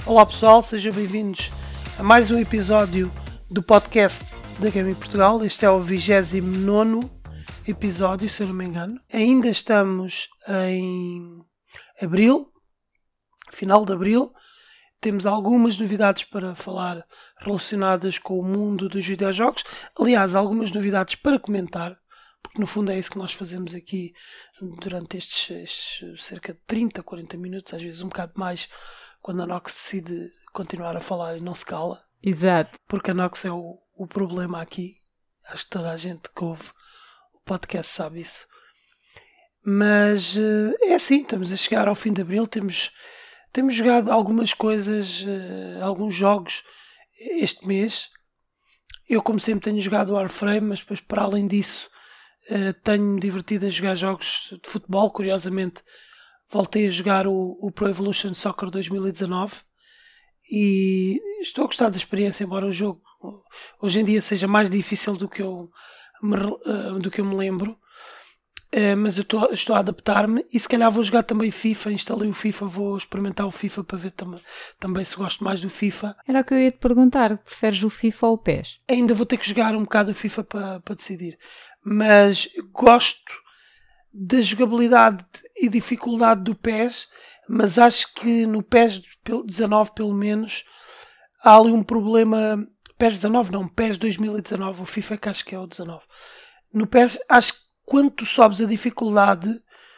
Olá pessoal, sejam bem-vindos a mais um episódio do podcast da Gaming Portugal. Este é o 29º episódio, se eu não me engano. Ainda estamos em abril, final de abril. Temos algumas novidades para falar relacionadas com o mundo dos videojogos. Aliás, algumas novidades para comentar, porque no fundo é isso que nós fazemos aqui durante estes cerca de 30, 40 minutos, às vezes um bocado mais, quando a Nox decide continuar a falar e não se cala. Exato. Porque a Nox é o problema aqui. Acho que toda a gente que ouve o podcast sabe isso. Mas é assim, estamos a chegar ao fim de abril, temos jogado algumas coisas, alguns jogos este mês. Eu, como sempre, tenho jogado Warframe, mas depois, para além disso, tenho-me divertido a jogar jogos de futebol. Curiosamente, voltei a jogar o Pro Evolution Soccer 2019 e estou a gostar da experiência, embora o jogo hoje em dia seja mais difícil do que eu me lembro. Mas eu estou a adaptar-me e se calhar vou jogar também FIFA. Instalei o FIFA, vou experimentar o FIFA para ver também se gosto mais do FIFA. Era o que eu ia te perguntar, preferes o FIFA ou o PES? Ainda vou ter que jogar um bocado o FIFA para decidir, mas gosto da jogabilidade e dificuldade do PES, mas acho que no PES 19 pelo menos há ali um problema. PES 19 não, PES 2019, o FIFA que acho que é o 19. No PES acho que quando tu sobes a dificuldade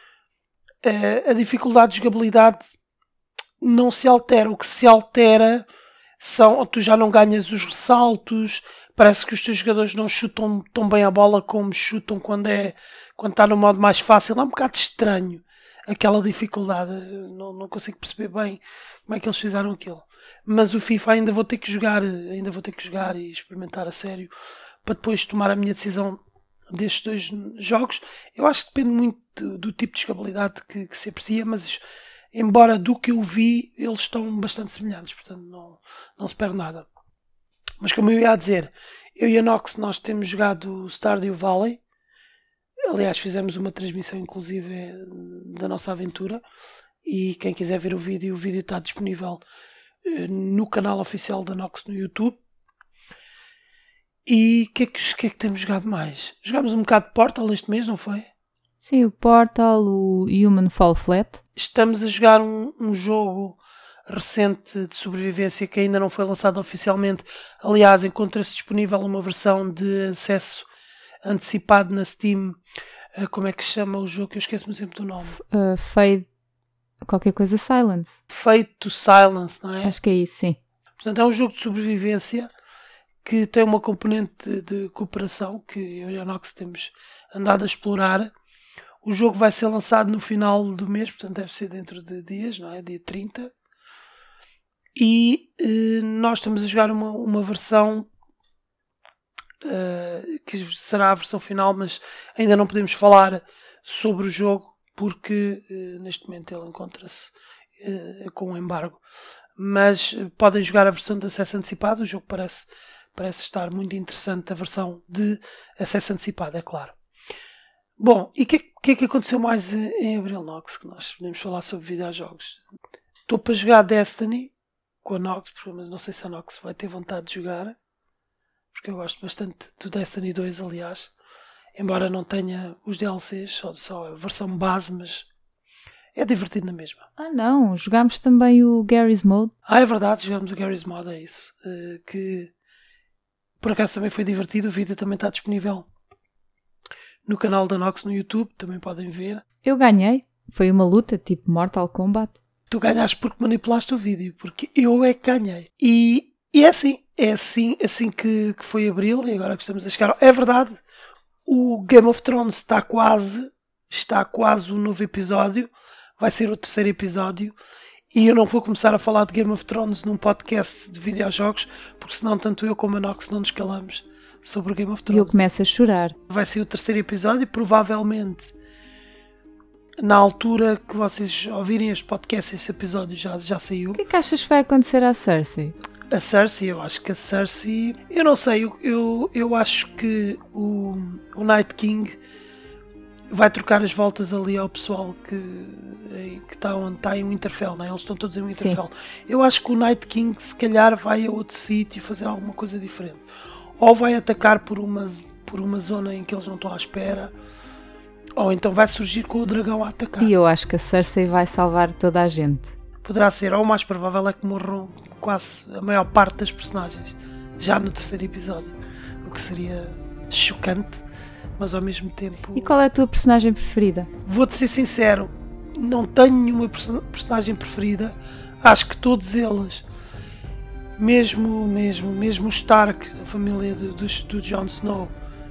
de jogabilidade não se altera. O que se altera são, tu já não ganhas os ressaltos, parece que os teus jogadores não chutam tão bem a bola como chutam quando está no modo mais fácil. É um bocado estranho aquela dificuldade, não consigo perceber bem como é que eles fizeram aquilo. Mas o FIFA ainda vou ter que jogar e experimentar a sério para depois tomar a minha decisão destes dois jogos. Eu acho que depende muito do tipo de jogabilidade que se aprecia, mas embora do que eu vi, eles estão bastante semelhantes, portanto não se perde nada. Mas como eu ia dizer, eu e a Nox, nós temos jogado Stardew Valley. Aliás, fizemos uma transmissão inclusive da nossa aventura, e quem quiser ver o vídeo está disponível no canal oficial da Nox no YouTube. E o que é que temos jogado mais? Jogámos um bocado de Portal este mês, não foi? Sim, o Portal, o Human Fall Flat. Estamos a jogar um jogo recente de sobrevivência que ainda não foi lançado oficialmente. Aliás, encontra-se disponível uma versão de acesso antecipado na Steam. Como é que se chama o jogo? Eu esqueço-me sempre do nome. Fade, qualquer coisa Silence. Fade to Silence, não é? Acho que é isso, sim. Portanto, é um jogo de sobrevivência que tem uma componente de cooperação que eu e a Nox temos andado a explorar. O jogo vai ser lançado no final do mês, portanto deve ser dentro de dias, não é? Dia 30. E nós estamos a jogar uma versão que será a versão final, mas ainda não podemos falar sobre o jogo porque neste momento ele encontra-se com um embargo. Mas podem jogar a versão de acesso antecipado. O jogo parece estar muito interessante, a versão de acesso antecipado, é claro. Bom, e o que é que aconteceu mais em abril, Nox, que nós podemos falar sobre videojogos? Estou para jogar Destiny com a Nox, mas não sei se a Nox vai ter vontade de jogar, porque eu gosto bastante do Destiny 2, aliás, embora não tenha os DLCs, só a versão base, mas é divertido na mesma. Não, jogámos também o Garry's Mode. É verdade, jogamos o Garry's Mode, é isso, que por acaso também foi divertido. O vídeo também está disponível no canal da Nox no YouTube, também podem ver. Eu ganhei, foi uma luta tipo Mortal Kombat. Tu ganhaste porque manipulaste o vídeo, porque eu é que ganhei. E é assim que foi abril, e agora que estamos a chegar. É verdade, o Game of Thrones está quase o novo episódio, vai ser o 3º episódio. E eu não vou começar a falar de Game of Thrones num podcast de videojogos, porque senão tanto eu como a Nox não nos calamos sobre o Game of Thrones. E eu começo a chorar. Vai ser o 3º episódio, provavelmente na altura que vocês ouvirem este podcast, este episódio já saiu. O que é que achas que vai acontecer à Cersei? A Cersei, eu acho que a Cersei... Eu não sei, eu acho que o Night King vai trocar as voltas ali ao pessoal que está onde está em Winterfell, né? Eles estão todos em Winterfell. Eu acho que o Night King se calhar vai a outro sítio fazer alguma coisa diferente. Ou vai atacar por uma zona em que eles não estão à espera, ou então vai surgir com o dragão a atacar. E eu acho que a Cersei vai salvar toda a gente. Poderá ser, ou o mais provável é que morram quase a maior parte das personagens já no terceiro episódio, o que seria chocante, mas ao mesmo tempo... E qual é a tua personagem preferida? Vou-te ser sincero, não tenho nenhuma personagem preferida. Acho que todos eles, mesmo o Stark, a família do Jon Snow,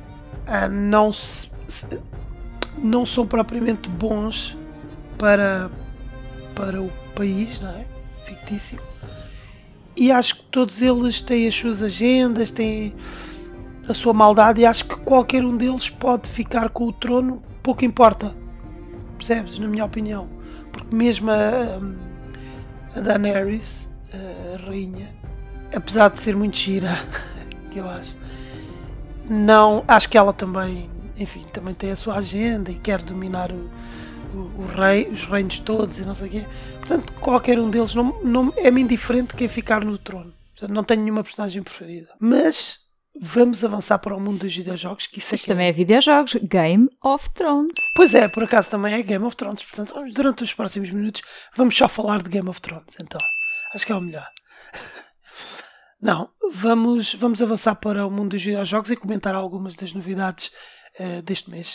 não são propriamente bons para o país, não é? Fictício. E acho que todos eles têm as suas agendas, têm a sua maldade, e acho que qualquer um deles pode ficar com o trono, pouco importa. Percebes? Na minha opinião. Porque mesmo a Daenerys, a rainha, apesar de ser muito gira, que eu acho, não, acho que ela também, enfim, também tem a sua agenda e quer dominar os reinos todos e não sei o quê. Portanto, qualquer um deles não é-me indiferente quem ficar no trono. Portanto, não tenho nenhuma personagem preferida. Mas vamos avançar para o mundo dos videojogos, que isso Isto também é videojogos. Game of Thrones. Pois é, por acaso também é Game of Thrones. Portanto, durante os próximos minutos vamos só falar de Game of Thrones. Então, acho que é o melhor. Não, vamos avançar para o mundo dos videojogos e comentar algumas das novidades deste mês.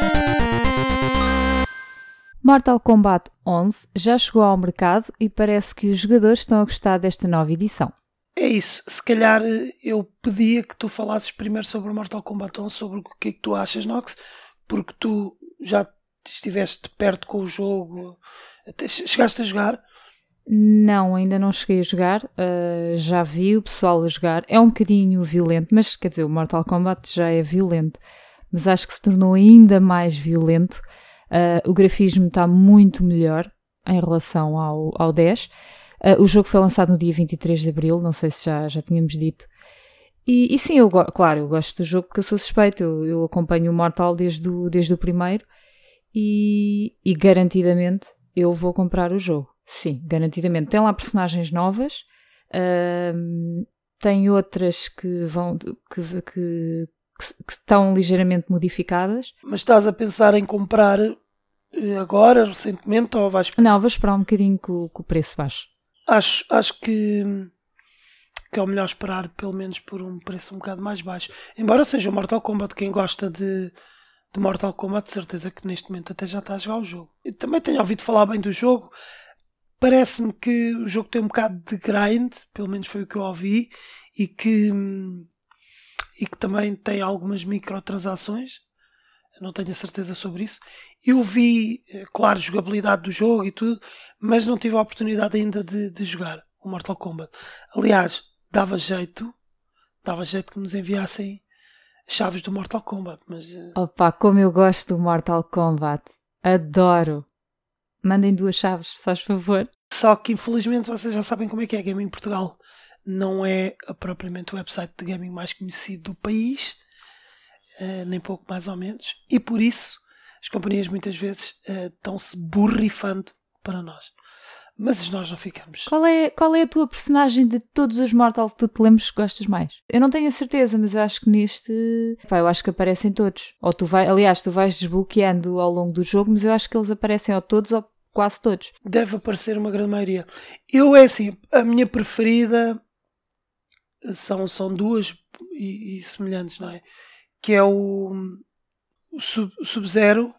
Mortal Kombat 11 já chegou ao mercado e parece que os jogadores estão a gostar desta nova edição. É isso, se calhar eu pedia que tu falasses primeiro sobre o Mortal Kombat 11, sobre o que é que tu achas, Nox, porque tu já estiveste perto com o jogo, até chegaste a jogar? Não, ainda não cheguei a jogar, já vi o pessoal a jogar, é um bocadinho violento, mas quer dizer, o Mortal Kombat já é violento, mas acho que se tornou ainda mais violento. O grafismo está muito melhor em relação ao 10. O jogo foi lançado no dia 23 de Abril, não sei se já tínhamos dito. E sim, eu gosto do jogo porque eu sou suspeito, eu acompanho o Mortal desde o primeiro e garantidamente eu vou comprar o jogo. Sim, garantidamente. Tem lá personagens novas, tem outras que estão ligeiramente modificadas. Mas estás a pensar em comprar agora, recentemente, ou vais... Não, vou esperar um bocadinho que o preço baixe. Acho que é o melhor esperar, pelo menos por um preço um bocado mais baixo. Embora seja o Mortal Kombat, quem gosta de Mortal Kombat, de certeza que neste momento até já está a jogar o jogo. Eu também tenho ouvido falar bem do jogo. Parece-me que o jogo tem um bocado de grind, pelo menos foi o que eu ouvi, e que também tem algumas microtransações. Eu não tenho a certeza sobre isso. Eu vi, claro, jogabilidade do jogo e tudo, mas não tive a oportunidade ainda de jogar o Mortal Kombat. Aliás, dava jeito que nos enviassem chaves do Mortal Kombat. Mas opa, como eu gosto do Mortal Kombat. Adoro. Mandem 2 chaves, se faz favor. Só que infelizmente vocês já sabem como é que é. Gaming Portugal não é propriamente o website de gaming mais conhecido do país, nem pouco mais ou menos, e por isso as companhias muitas vezes estão-se borrifando para nós. Mas nós não ficamos. Qual é a tua personagem de todos os Mortal que tu te lembres que gostas mais? Eu não tenho a certeza, mas eu acho que neste... eu acho que aparecem todos. Ou tu vais desbloqueando ao longo do jogo, mas eu acho que eles aparecem ou todos ou quase todos. Deve aparecer uma grande maioria. É assim, a minha preferida são duas e semelhantes, não é? Que é o Sub-Zero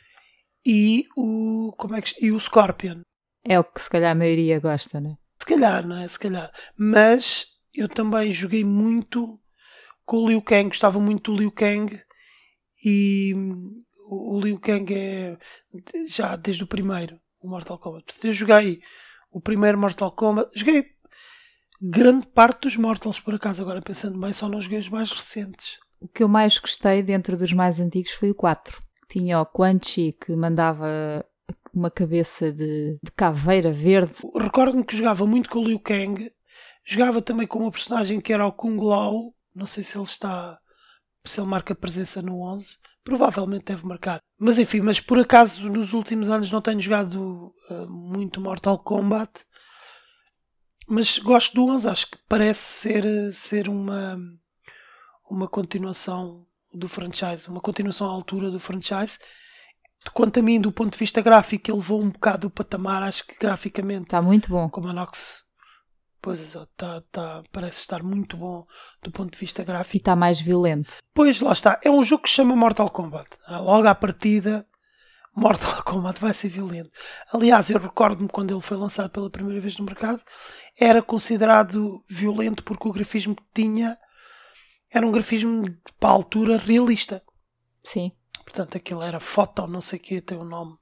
e o Scorpion. É o que se calhar a maioria gosta, não é? Se calhar, não é? Se calhar. Mas eu também joguei muito com o Liu Kang. Gostava muito do Liu Kang. E o Liu Kang é já desde o primeiro, o Mortal Kombat. Eu joguei o primeiro Mortal Kombat. Joguei grande parte dos Mortals, por acaso. Agora pensando bem, só não joguei os mais recentes. O que eu mais gostei dentro dos mais antigos foi o 4. Tinha o Quan Chi, que mandava uma cabeça de caveira verde. Recordo-me que jogava muito com o Liu Kang. Jogava também com uma personagem que era o Kung Lao. Não sei se ele marca presença no 11. provavelmente deve marcar. Mas enfim, mas por acaso nos últimos anos não tenho jogado muito Mortal Kombat, mas gosto do 11, acho que parece ser uma continuação do franchise, uma continuação à altura do franchise. Quanto a mim, do ponto de vista gráfico, ele levou um bocado o patamar, acho que graficamente está muito bom. Como a Nox, pois parece estar muito bom do ponto de vista gráfico. E está mais violento. Pois, lá está, é um jogo que se chama Mortal Kombat. Logo à partida, Mortal Kombat vai ser violento. Aliás, eu recordo-me quando ele foi lançado pela primeira vez no mercado, era considerado violento porque o grafismo que tinha era um grafismo para a altura realista. Sim. Portanto, aquilo era foto, não sei o que, tem um nome.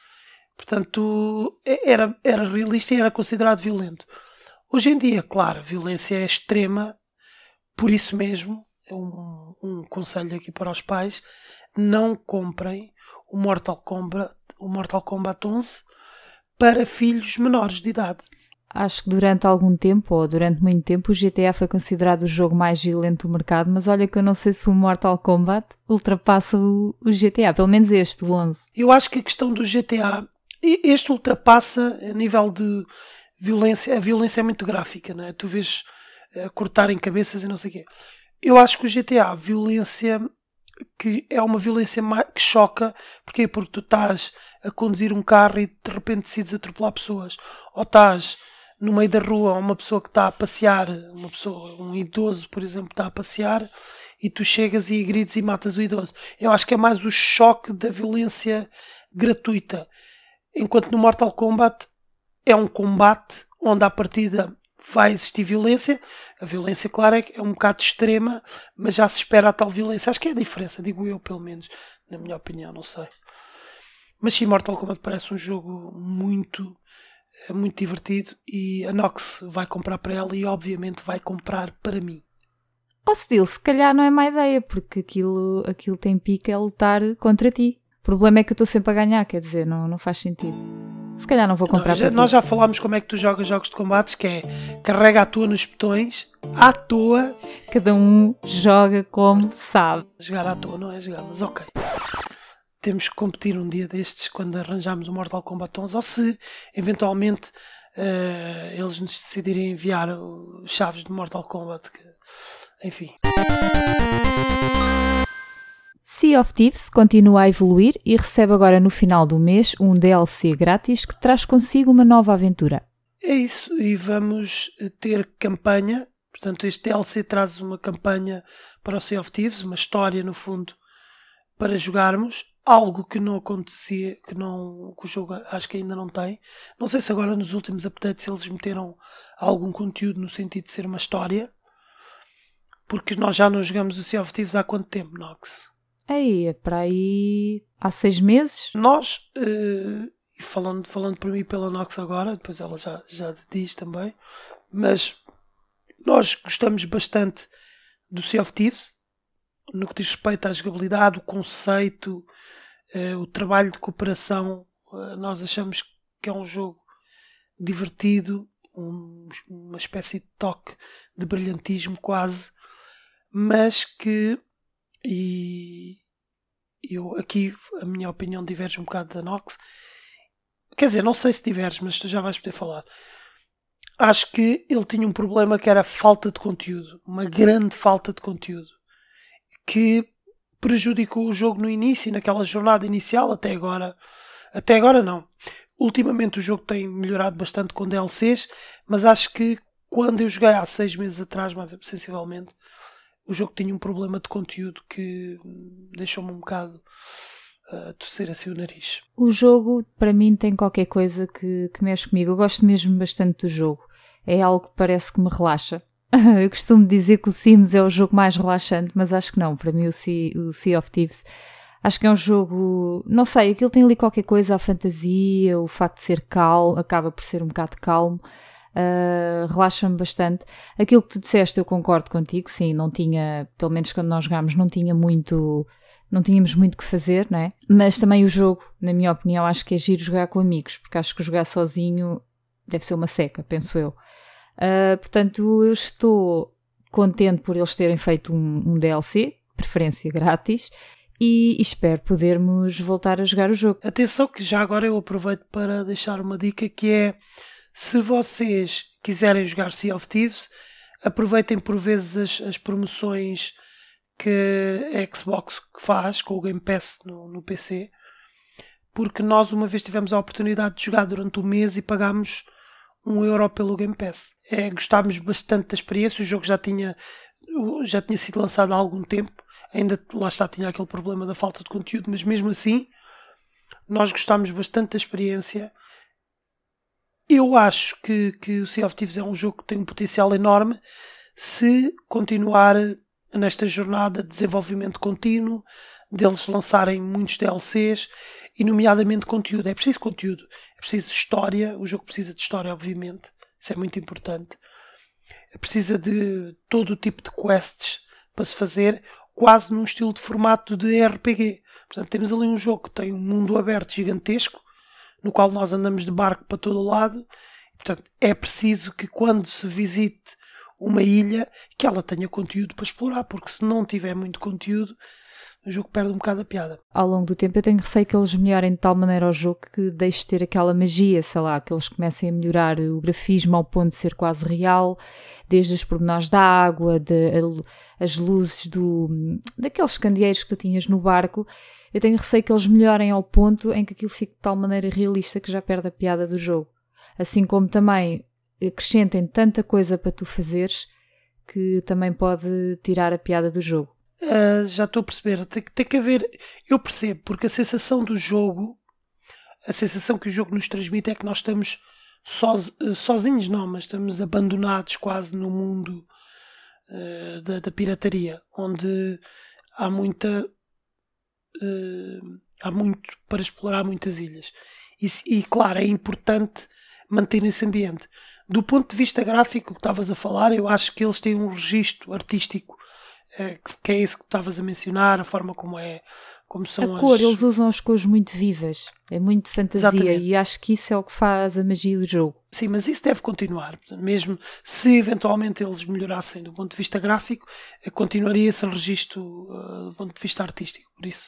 Portanto, era realista e era considerado violento. Hoje em dia, claro, a violência é extrema, por isso mesmo, é um conselho aqui para os pais, não comprem o Mortal Kombat 11 para filhos menores de idade. Acho que durante algum tempo, ou durante muito tempo, o GTA foi considerado o jogo mais violento do mercado, mas olha que eu não sei se o Mortal Kombat ultrapassa o GTA, pelo menos este, o 11. Eu acho que a questão do GTA, este ultrapassa a nível de violência, a violência é muito gráfica, não é? Tu vês cortarem cabeças e não sei o quê. Eu acho que o GTA, a violência, que é uma violência que choca, porquê? Porque tu estás a conduzir um carro e de repente decides atropelar pessoas, ou estás no meio da rua uma pessoa que está a passear, um idoso, por exemplo, está a passear e tu chegas e grites e matas o idoso. Eu acho que é mais o choque da violência gratuita. Enquanto no Mortal Kombat é um combate onde à partida vai existir violência. A violência, claro, é um bocado extrema, mas já se espera a tal violência. Acho que é a diferença, digo eu, pelo menos, na minha opinião, não sei. Mas sim, Mortal Kombat parece um jogo muito divertido e a Nox vai comprar para ela e obviamente vai comprar para mim. Steel, se calhar não é má ideia, porque aquilo tem pica é lutar contra ti. O problema é que eu estou sempre a ganhar, quer dizer, não faz sentido. Se calhar não vou comprar para ti. Nós já falámos como é que tu jogas jogos de combates, que é carrega à toa nos botões, à toa. Cada um joga como sabe. Jogar à toa não é jogar, mas ok. Temos que competir um dia destes quando arranjarmos o Mortal Kombat 11, ou se eventualmente eles nos decidirem enviar os chaves de Mortal Kombat, enfim. Sea of Thieves continua a evoluir e recebe agora no final do mês um DLC grátis que traz consigo uma nova aventura. É isso, e vamos ter campanha, portanto este DLC traz uma campanha para o Sea of Thieves, uma história no fundo para jogarmos. Algo que não acontecia, que o jogo acho que ainda não tem. Não sei se agora nos últimos updates eles meteram algum conteúdo no sentido de ser uma história. Porque nós já não jogamos o Sea of Thieves há quanto tempo, Nox? Aí, é para aí há 6 meses. Nós, e falando por mim pela Nox agora, depois ela já diz também, mas nós gostamos bastante do Sea of Thieves. No que diz respeito à jogabilidade, o conceito, o trabalho de cooperação, nós achamos que é um jogo divertido, uma espécie de toque de brilhantismo quase, mas que, e eu aqui a minha opinião diverge um bocado da Nox, quer dizer, não sei se diverge, mas tu já vais poder falar. Acho que ele tinha um problema que era a falta de conteúdo, uma grande falta de conteúdo, que prejudicou o jogo no início, naquela jornada inicial. Até agora não. Ultimamente o jogo tem melhorado bastante com DLCs, mas acho que quando eu joguei há 6 meses atrás, mais sensivelmente, o jogo tinha um problema de conteúdo que deixou-me um bocado torcer assim o nariz. O jogo, para mim, tem qualquer coisa que mexe comigo. Eu gosto mesmo bastante do jogo. É algo que parece que me relaxa. Eu costumo dizer que o Sims é o jogo mais relaxante, mas acho que não. Para mim o Sea of Thieves acho que é um jogo, não sei, aquilo tem ali qualquer coisa, a fantasia, o facto de ser calmo, acaba por ser um bocado calmo, relaxa-me bastante. Aquilo que tu disseste eu concordo contigo, sim, não tinha, pelo menos quando nós jogámos, não tínhamos muito que fazer, não é? Mas também o jogo, na minha opinião, acho que é giro jogar com amigos, porque acho que jogar sozinho deve ser uma seca, penso eu. Portanto, eu estou contente por eles terem feito um DLC, preferência grátis, e espero podermos voltar a jogar o jogo. Atenção que já agora eu aproveito para deixar uma dica que é, se vocês quiserem jogar Sea of Thieves, aproveitem por vezes as promoções que a Xbox faz com o Game Pass no PC, porque nós uma vez tivemos a oportunidade de jogar durante um mês e pagámos €1 pelo Game Pass. Gostámos bastante da experiência, o jogo já tinha sido lançado há algum tempo, ainda lá está, tinha aquele problema da falta de conteúdo, mas mesmo assim nós gostámos bastante da experiência. Eu acho que o Sea of Thieves é um jogo que tem um potencial enorme se continuar nesta jornada de desenvolvimento contínuo, deles lançarem muitos DLCs e nomeadamente conteúdo. É preciso conteúdo, é preciso história, o jogo precisa de história, obviamente, isso é muito importante. Precisa de todo o tipo de quests para se fazer, quase num estilo de formato de RPG. Portanto, temos ali um jogo que tem um mundo aberto gigantesco, no qual nós andamos de barco para todo o lado. Portanto, é preciso que quando se visite uma ilha, que ela tenha conteúdo para explorar, porque se não tiver muito conteúdo, o jogo perde um bocado a piada. Ao longo do tempo eu tenho receio que eles melhorem de tal maneira o jogo que deixe de ter aquela magia, sei lá, que eles comecem a melhorar o grafismo ao ponto de ser quase real, desde os pormenores da água, as luzes daqueles candeeiros que tu tinhas no barco. Eu tenho receio que eles melhorem ao ponto em que aquilo fique de tal maneira realista que já perde a piada do jogo. Assim como também acrescentem tanta coisa para tu fazeres que também pode tirar a piada do jogo. Já estou a perceber, tem que haver, eu percebo, porque a sensação do jogo, a sensação que o jogo nos transmite é que nós estamos sozinhos, não, mas estamos abandonados quase no mundo da pirataria, onde há muito para explorar, muitas ilhas. E claro, é importante manter esse ambiente. Do ponto de vista gráfico que estavas a falar, eu acho que eles têm um registro artístico que é isso que estavas a mencionar, a forma como são a cor, eles usam as cores muito vivas, é muito fantasia. Exatamente. E acho que isso é o que faz a magia do jogo. Sim, mas isso deve continuar, mesmo se eventualmente eles melhorassem do ponto de vista gráfico, continuaria esse registro do ponto de vista artístico, por isso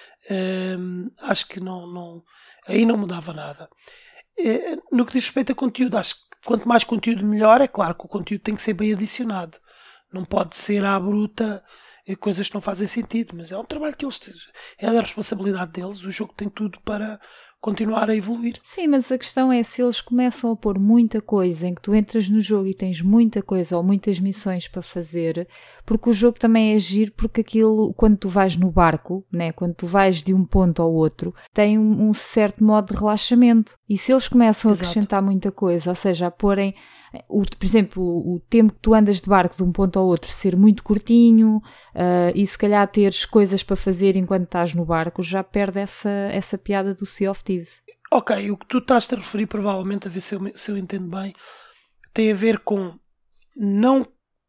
acho que aí não mudava nada. No que diz respeito a conteúdo, acho que quanto mais conteúdo melhor. É claro que o conteúdo tem que ser bem adicionado, não pode ser à bruta coisas que não fazem sentido, mas é um trabalho que eles têm, é da responsabilidade deles. O jogo tem tudo para continuar a evoluir. Sim, mas a questão é, se eles começam a pôr muita coisa em que tu entras no jogo e tens muita coisa ou muitas missões para fazer, porque o jogo também é giro, porque aquilo, quando tu vais no barco, né, quando tu vais de um ponto ao outro, tem um certo modo de relaxamento. E se eles começam a acrescentar muita coisa, ou seja, a porem, por exemplo, o tempo que tu andas de barco de um ponto ao outro ser muito curtinho, e se calhar teres coisas para fazer enquanto estás no barco, já perde essa piada do Sea of Thieves. Ok, o que tu estás a referir, provavelmente, a ver se eu entendo bem, tem a ver com não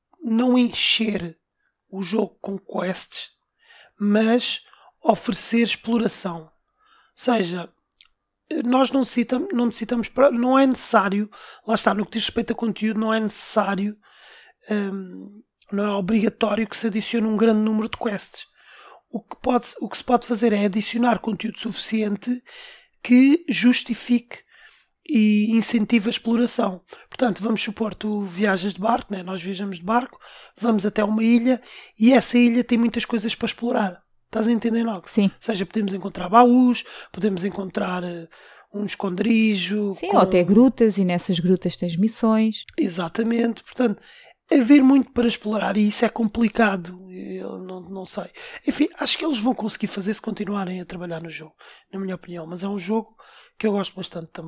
encher o jogo com quests, mas oferecer exploração. Ou seja, nós não necessitamos, não é necessário, lá está, no que diz respeito a conteúdo, não é necessário, não é obrigatório que se adicione um grande número de quests. O que se pode fazer é adicionar conteúdo suficiente que justifique e incentive a exploração. Portanto, vamos supor, tu viajas de barco, né? Nós viajamos de barco, vamos até uma ilha e essa ilha tem muitas coisas para explorar. Estás a entender algo? Sim. Ou seja, podemos encontrar baús, podemos encontrar um esconderijo. Sim, ou até grutas, e nessas grutas tens missões. Exatamente. Portanto, haver muito para explorar, e isso é complicado, eu não sei. Enfim, acho que eles vão conseguir fazer se continuarem a trabalhar no jogo, na minha opinião, mas é um jogo que eu gosto bastante também.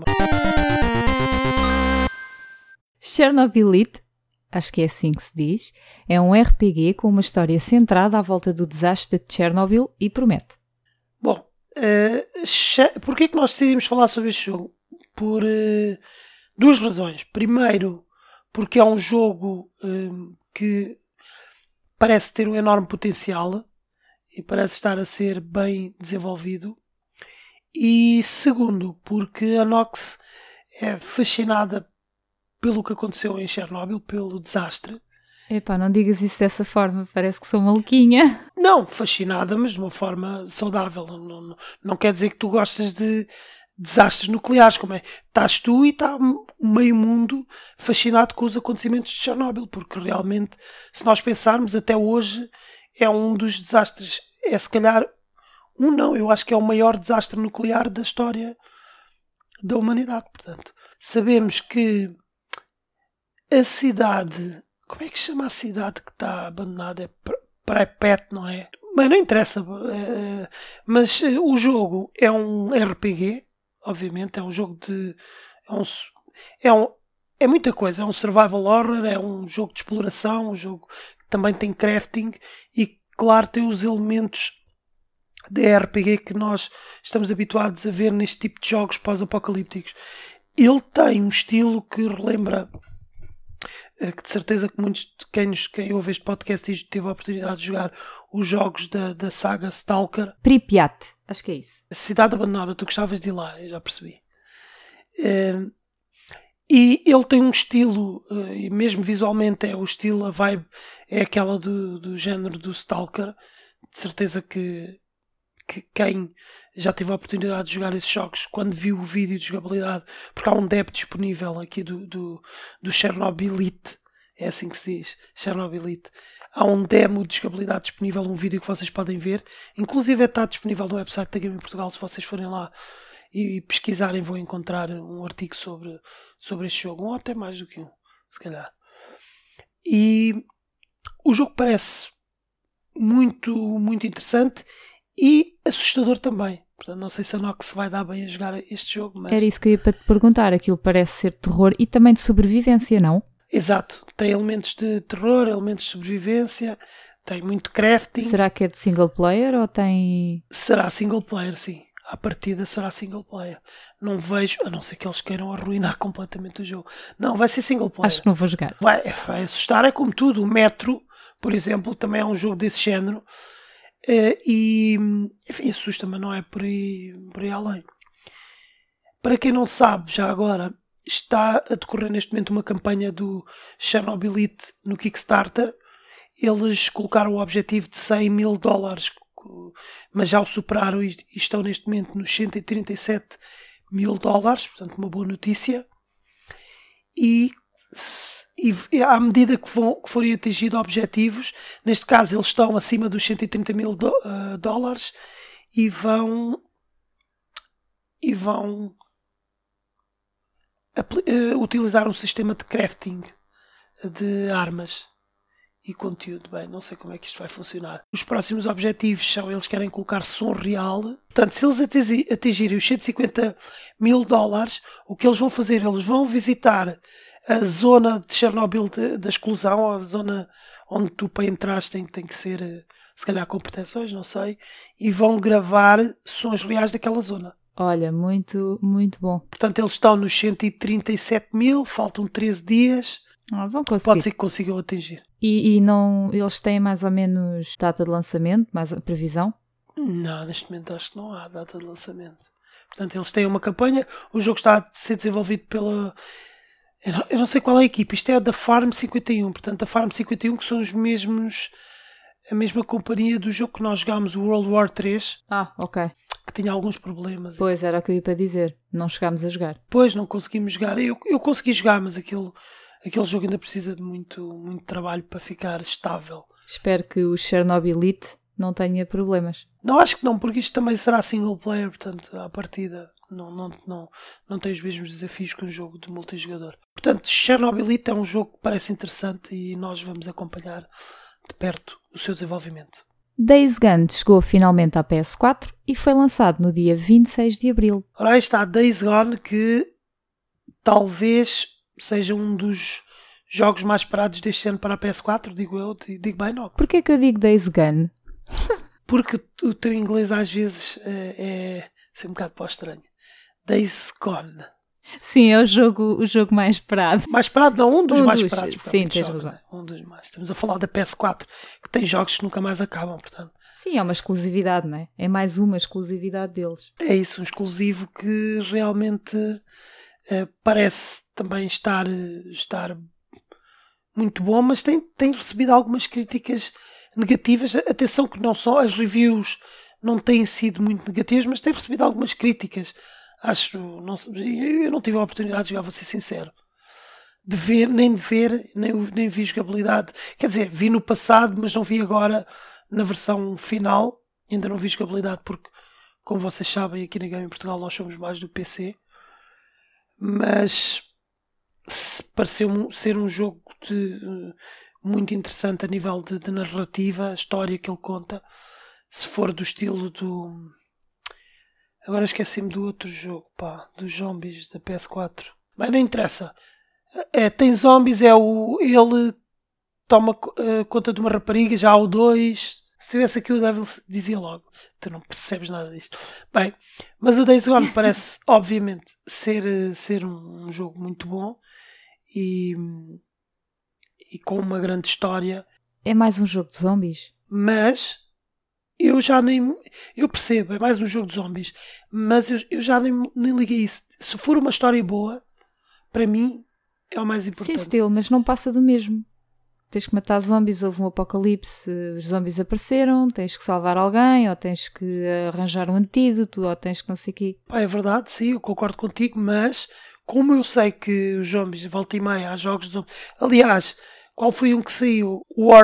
Chernobylite, acho que é assim que se diz, é um RPG com uma história centrada à volta do desastre de Chernobyl e promete. Bom, porquê é que nós decidimos falar sobre este jogo? Por duas razões. Primeiro, porque é um jogo que parece ter um enorme potencial e parece estar a ser bem desenvolvido. E segundo, porque a Nox é fascinada pelo que aconteceu em Chernobyl, pelo desastre. Epá, não digas isso dessa forma, parece que sou maluquinha. Não, fascinada, mas de uma forma saudável. Não quer dizer que tu gostas de desastres nucleares, como é. Estás tu e está o meio mundo fascinado com os acontecimentos de Chernobyl, porque realmente, se nós pensarmos, até hoje é um dos desastres, é se calhar, eu acho que é o maior desastre nuclear da história da humanidade. Portanto, sabemos que a cidade, como é que se chama a cidade que está abandonada? É Pripyat, não é? Mas não interessa. Mas o jogo é um RPG, obviamente, é um jogo de. É muita coisa. É um survival horror, é um jogo de exploração, um jogo que também tem crafting e, claro, tem os elementos de RPG que nós estamos habituados a ver neste tipo de jogos pós-apocalípticos. Ele tem um estilo que relembra, que de certeza que muitos de quem ouve este podcast e teve a oportunidade de jogar os jogos da saga Stalker. Pripyat, acho que é isso. A cidade abandonada, tu gostavas de ir lá, eu já percebi. E ele tem um estilo, e mesmo visualmente é o estilo, a vibe é aquela do género do Stalker. De certeza que quem já teve a oportunidade de jogar esses jogos, quando viu o vídeo de jogabilidade, porque há um demo disponível aqui do Chernobylite, é assim que se diz, Chernobylite. Há um demo de jogabilidade disponível, um vídeo que vocês podem ver, inclusive está disponível no website da Game em Portugal. Se vocês forem lá e pesquisarem, vão encontrar um artigo sobre este jogo, ou até mais do que um, se calhar. E o jogo parece muito, muito interessante e assustador também. Portanto, não sei se a Nox vai dar bem a jogar este jogo, mas... Era isso que eu ia para te perguntar. Aquilo parece ser terror e também de sobrevivência, não? Exato. Tem elementos de terror, elementos de sobrevivência, tem muito crafting. Será que é de single player ou tem... Será single player, sim. À partida será single player. Não vejo, a não ser que eles queiram arruinar completamente o jogo. Não, vai ser single player. Acho que não vou jogar. Vai assustar, é como tudo. O Metro, por exemplo, também é um jogo desse género. E, enfim, assusta, mas não é por aí além. Para quem não sabe, já agora, está a decorrer neste momento uma campanha do Chernobylite no Kickstarter. Eles colocaram o objetivo de $100 mil, mas já o superaram e estão neste momento nos $137 mil, portanto uma boa notícia. E à medida que forem atingidos objetivos, neste caso eles estão acima dos $130 mil e vão utilizar um sistema de crafting de armas e conteúdo. Bem, não sei como é que isto vai funcionar. Os próximos objetivos são, eles querem colocar som real. Portanto, se eles atingirem os $150 mil, o que eles vão fazer? Eles vão visitar a zona de Chernobyl da explosão, a zona onde tu para entrar tem que ser, se calhar com proteções, não sei, e vão gravar sons reais daquela zona. Olha, muito, muito bom. Portanto, eles estão nos 137 mil, faltam 13 dias. Vão conseguir. Pode ser que consigam atingir. E não, eles têm mais ou menos data de lançamento, mais a previsão? Não, neste momento acho que não há data de lançamento. Portanto, eles têm uma campanha, o jogo está a ser desenvolvido pela... Eu não sei qual é a equipe, isto é da Farm 51, portanto a Farm 51 que são os mesmos, a mesma companhia do jogo que nós jogámos, o World War 3. Ok. Que tinha alguns problemas. Pois, era o que eu ia para dizer, não chegámos a jogar. Pois, não conseguimos jogar, eu consegui jogar, mas aquele jogo ainda precisa de muito, muito trabalho para ficar estável. Espero que o Chernobylite não tenha problemas. Não, acho que não, porque isto também será single player, portanto, à partida não tem os mesmos desafios que um jogo de multijogador. Portanto, Chernobylite é um jogo que parece interessante e nós vamos acompanhar de perto o seu desenvolvimento. Days Gone chegou finalmente à PS4 e foi lançado no dia 26 de abril. Ora, aí está Days Gone, que talvez seja um dos jogos mais esperados deste ano para a PS4, digo eu, digo bem, não. Porquê que eu digo Days Gone? Porque o teu inglês às vezes é um bocado para o estranho. Days Gone. Sim, é o jogo mais esperado. Mais esperado não, um dos mais esperados. Sim, tens razão. Né? Um dos mais. Estamos a falar da PS4, que tem jogos que nunca mais acabam, portanto. Sim, é uma exclusividade, não é? É mais uma exclusividade deles. É isso, um exclusivo que realmente parece também estar muito bom, mas tem recebido algumas críticas negativas. Atenção que não são, as reviews não têm sido muito negativas, mas tenho recebido algumas críticas. Eu não tive a oportunidade de jogar, vou ser sincero. Nem vi jogabilidade. Quer dizer, vi no passado, mas não vi agora na versão final. Ainda não vi jogabilidade porque, como vocês sabem, aqui na Game em Portugal nós somos mais do PC. Mas pareceu-me ser um jogo muito interessante a nível de narrativa, a história que ele conta. Se for do estilo do... Agora esqueci-me do outro jogo, dos zombies da PS4. Mas não interessa. Tem zombies, ele toma conta de uma rapariga, já há o 2. Se tivesse aqui o Devil dizia logo. Tu não percebes nada disto. Bem, mas o Days Gone parece, obviamente, ser um jogo muito bom e com uma grande história. É mais um jogo de zombies? Mas eu percebo, é mais um jogo de zombies, mas eu já nem liguei isso. Se for uma história boa, para mim é o mais importante. Sim, estilo, mas não passa do mesmo. Tens que matar zombies, houve um apocalipse, os zombies apareceram, tens que salvar alguém, ou tens que arranjar um antídoto, ou tens que não sei o quê. É verdade, sim, eu concordo contigo, mas como eu sei que os zombies, volta e meia, há jogos de zombies... Aliás, qual foi um que saiu?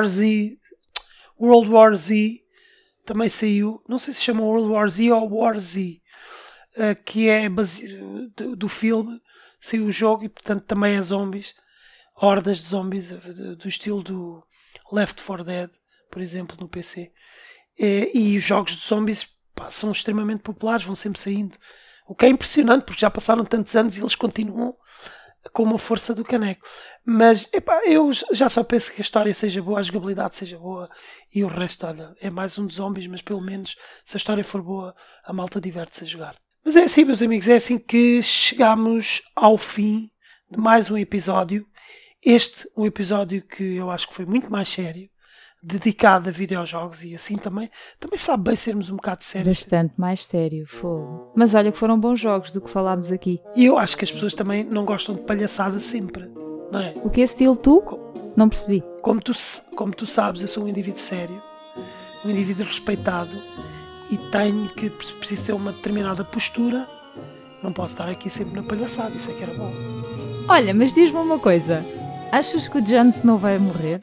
World War Z também saiu, não sei se chama World War Z ou War Z, que é do filme, saiu o jogo e portanto também é zombies, hordas de zombies do estilo do Left 4 Dead, por exemplo, no PC. E os jogos de zombies são extremamente populares, vão sempre saindo, o que é impressionante porque já passaram tantos anos e eles continuam com uma força do caneco. Mas eu já só penso que a história seja boa, a jogabilidade seja boa e o resto, olha, é mais um de zombies, mas pelo menos se a história for boa, a malta diverte-se a jogar. Mas é assim, meus amigos, é assim que chegamos ao fim de mais um episódio. Um episódio que eu acho que foi muito mais sério, dedicado a videojogos e assim também sabe bem sermos um bocado sérios. Bastante mais sério, fogo. Mas olha que foram bons jogos do que falámos aqui. E eu acho que as pessoas também não gostam de palhaçada sempre, não é? O que é estilo tu? Não percebi. Como tu sabes, eu sou um indivíduo sério, um indivíduo respeitado e preciso ter uma determinada postura. Não posso estar aqui sempre na palhaçada, isso é que era bom. Olha, mas diz-me uma coisa. Achas que o Jon Snow vai morrer?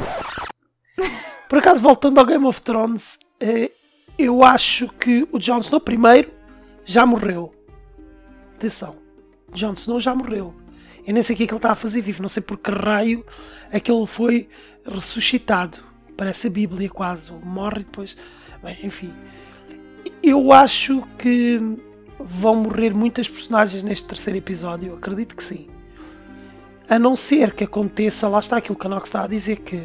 Por acaso, voltando ao Game of Thrones, eu acho que o Jon Snow, primeiro, já morreu. Atenção, Jon Snow já morreu. Eu nem sei o que é que ele está a fazer vivo, não sei por que raio é que ele foi ressuscitado. Parece a Bíblia quase, morre e depois... Bem, enfim. Eu acho que vão morrer muitas personagens neste terceiro episódio, eu acredito que sim. A não ser que aconteça, lá está aquilo que a Nox está a dizer, que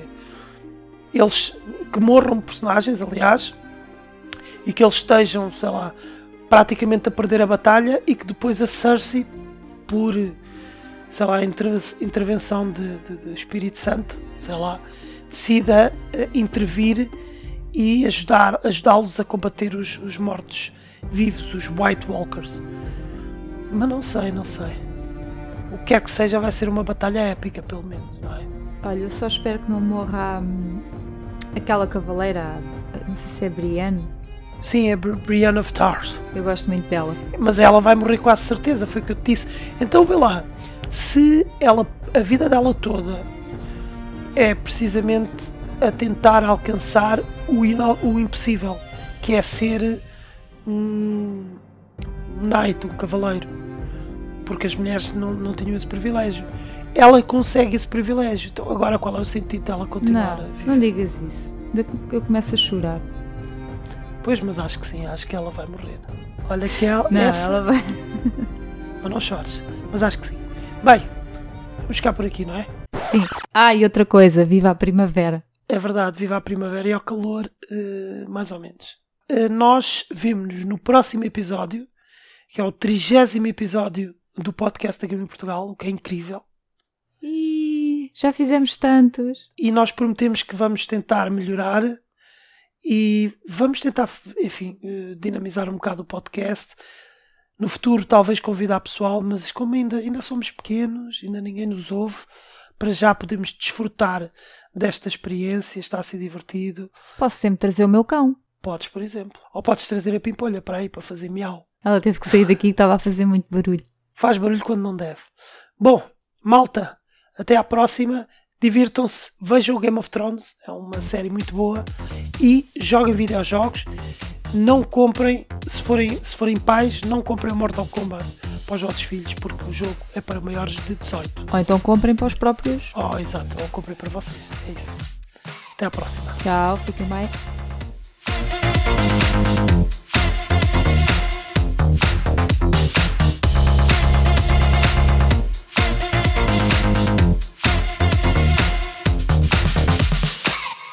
morram personagens, aliás, e que eles estejam, sei lá, praticamente a perder a batalha e que depois a Cersei, por, sei lá, intervenção de Espírito Santo, sei lá, decida intervir e ajudá-los a combater os mortos-vivos, os White Walkers. Mas não sei. O que quer que seja, vai ser uma batalha épica, pelo menos, não é? Olha, eu só espero que não morra aquela cavaleira, não sei se é Brienne. Sim, é Brienne of Tarth. Eu gosto muito dela. Mas ela vai morrer quase certeza, foi o que eu te disse. Então vê lá, se a vida dela toda é precisamente a tentar alcançar o impossível, que é ser um knight, um cavaleiro, porque as mulheres não tinham esse privilégio. Ela consegue esse privilégio. Então agora qual é o sentido dela continuar a viver? Não digas isso. Eu começo a chorar. Pois, mas acho que sim, acho que ela vai morrer. Olha que ela... ela vai... Mas não chores, mas acho que sim. Bem, vamos ficar por aqui, não é? Sim. E outra coisa, viva a primavera. É verdade, viva a primavera e ao calor, mais ou menos. Nós vemos-nos no próximo episódio, que é o 30º episódio do podcast da Game em Portugal, o que é incrível. E já fizemos tantos. E nós prometemos que vamos tentar melhorar e vamos tentar, enfim, dinamizar um bocado o podcast. No futuro talvez convidar pessoal, mas como ainda somos pequenos, ainda ninguém nos ouve, para já podemos desfrutar desta experiência, está a ser divertido. Posso sempre trazer o meu cão. Podes, por exemplo. Ou podes trazer a Pimpolha para aí, para fazer miau. Ela teve que sair daqui e estava a fazer muito barulho. Faz barulho quando não deve. Bom, malta, até à próxima. Divirtam-se, vejam o Game of Thrones, é uma série muito boa. E joguem videojogos. Não comprem, se forem pais, não comprem o Mortal Kombat para os vossos filhos, porque o jogo é para maiores de 18. Ou então comprem para os próprios. Exato, ou comprem para vocês. É isso. Até à próxima. Tchau, fiquem bem.